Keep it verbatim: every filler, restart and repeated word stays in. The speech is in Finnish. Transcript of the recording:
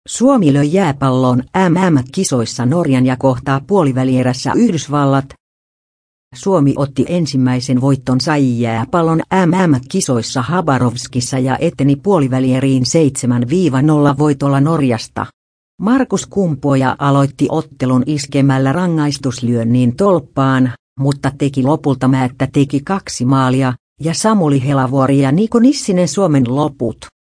Suomi löi jääpallon M M-kisoissa Norjan ja kohtaa puolivälierässä Yhdysvallat. Suomi otti ensimmäisen voittonsa jääpallon M M-kisoissa Habarovskissa ja eteni puolivälieriin seitsemän nolla voitolla Norjasta. Markus Kumpuoja aloitti ottelun iskemällä rangaistuslyönnin tolppaan, mutta teki lopulta määttä teki kaksi maalia, ja Samuli Helavuori ja Niko Nissinen Suomen loput.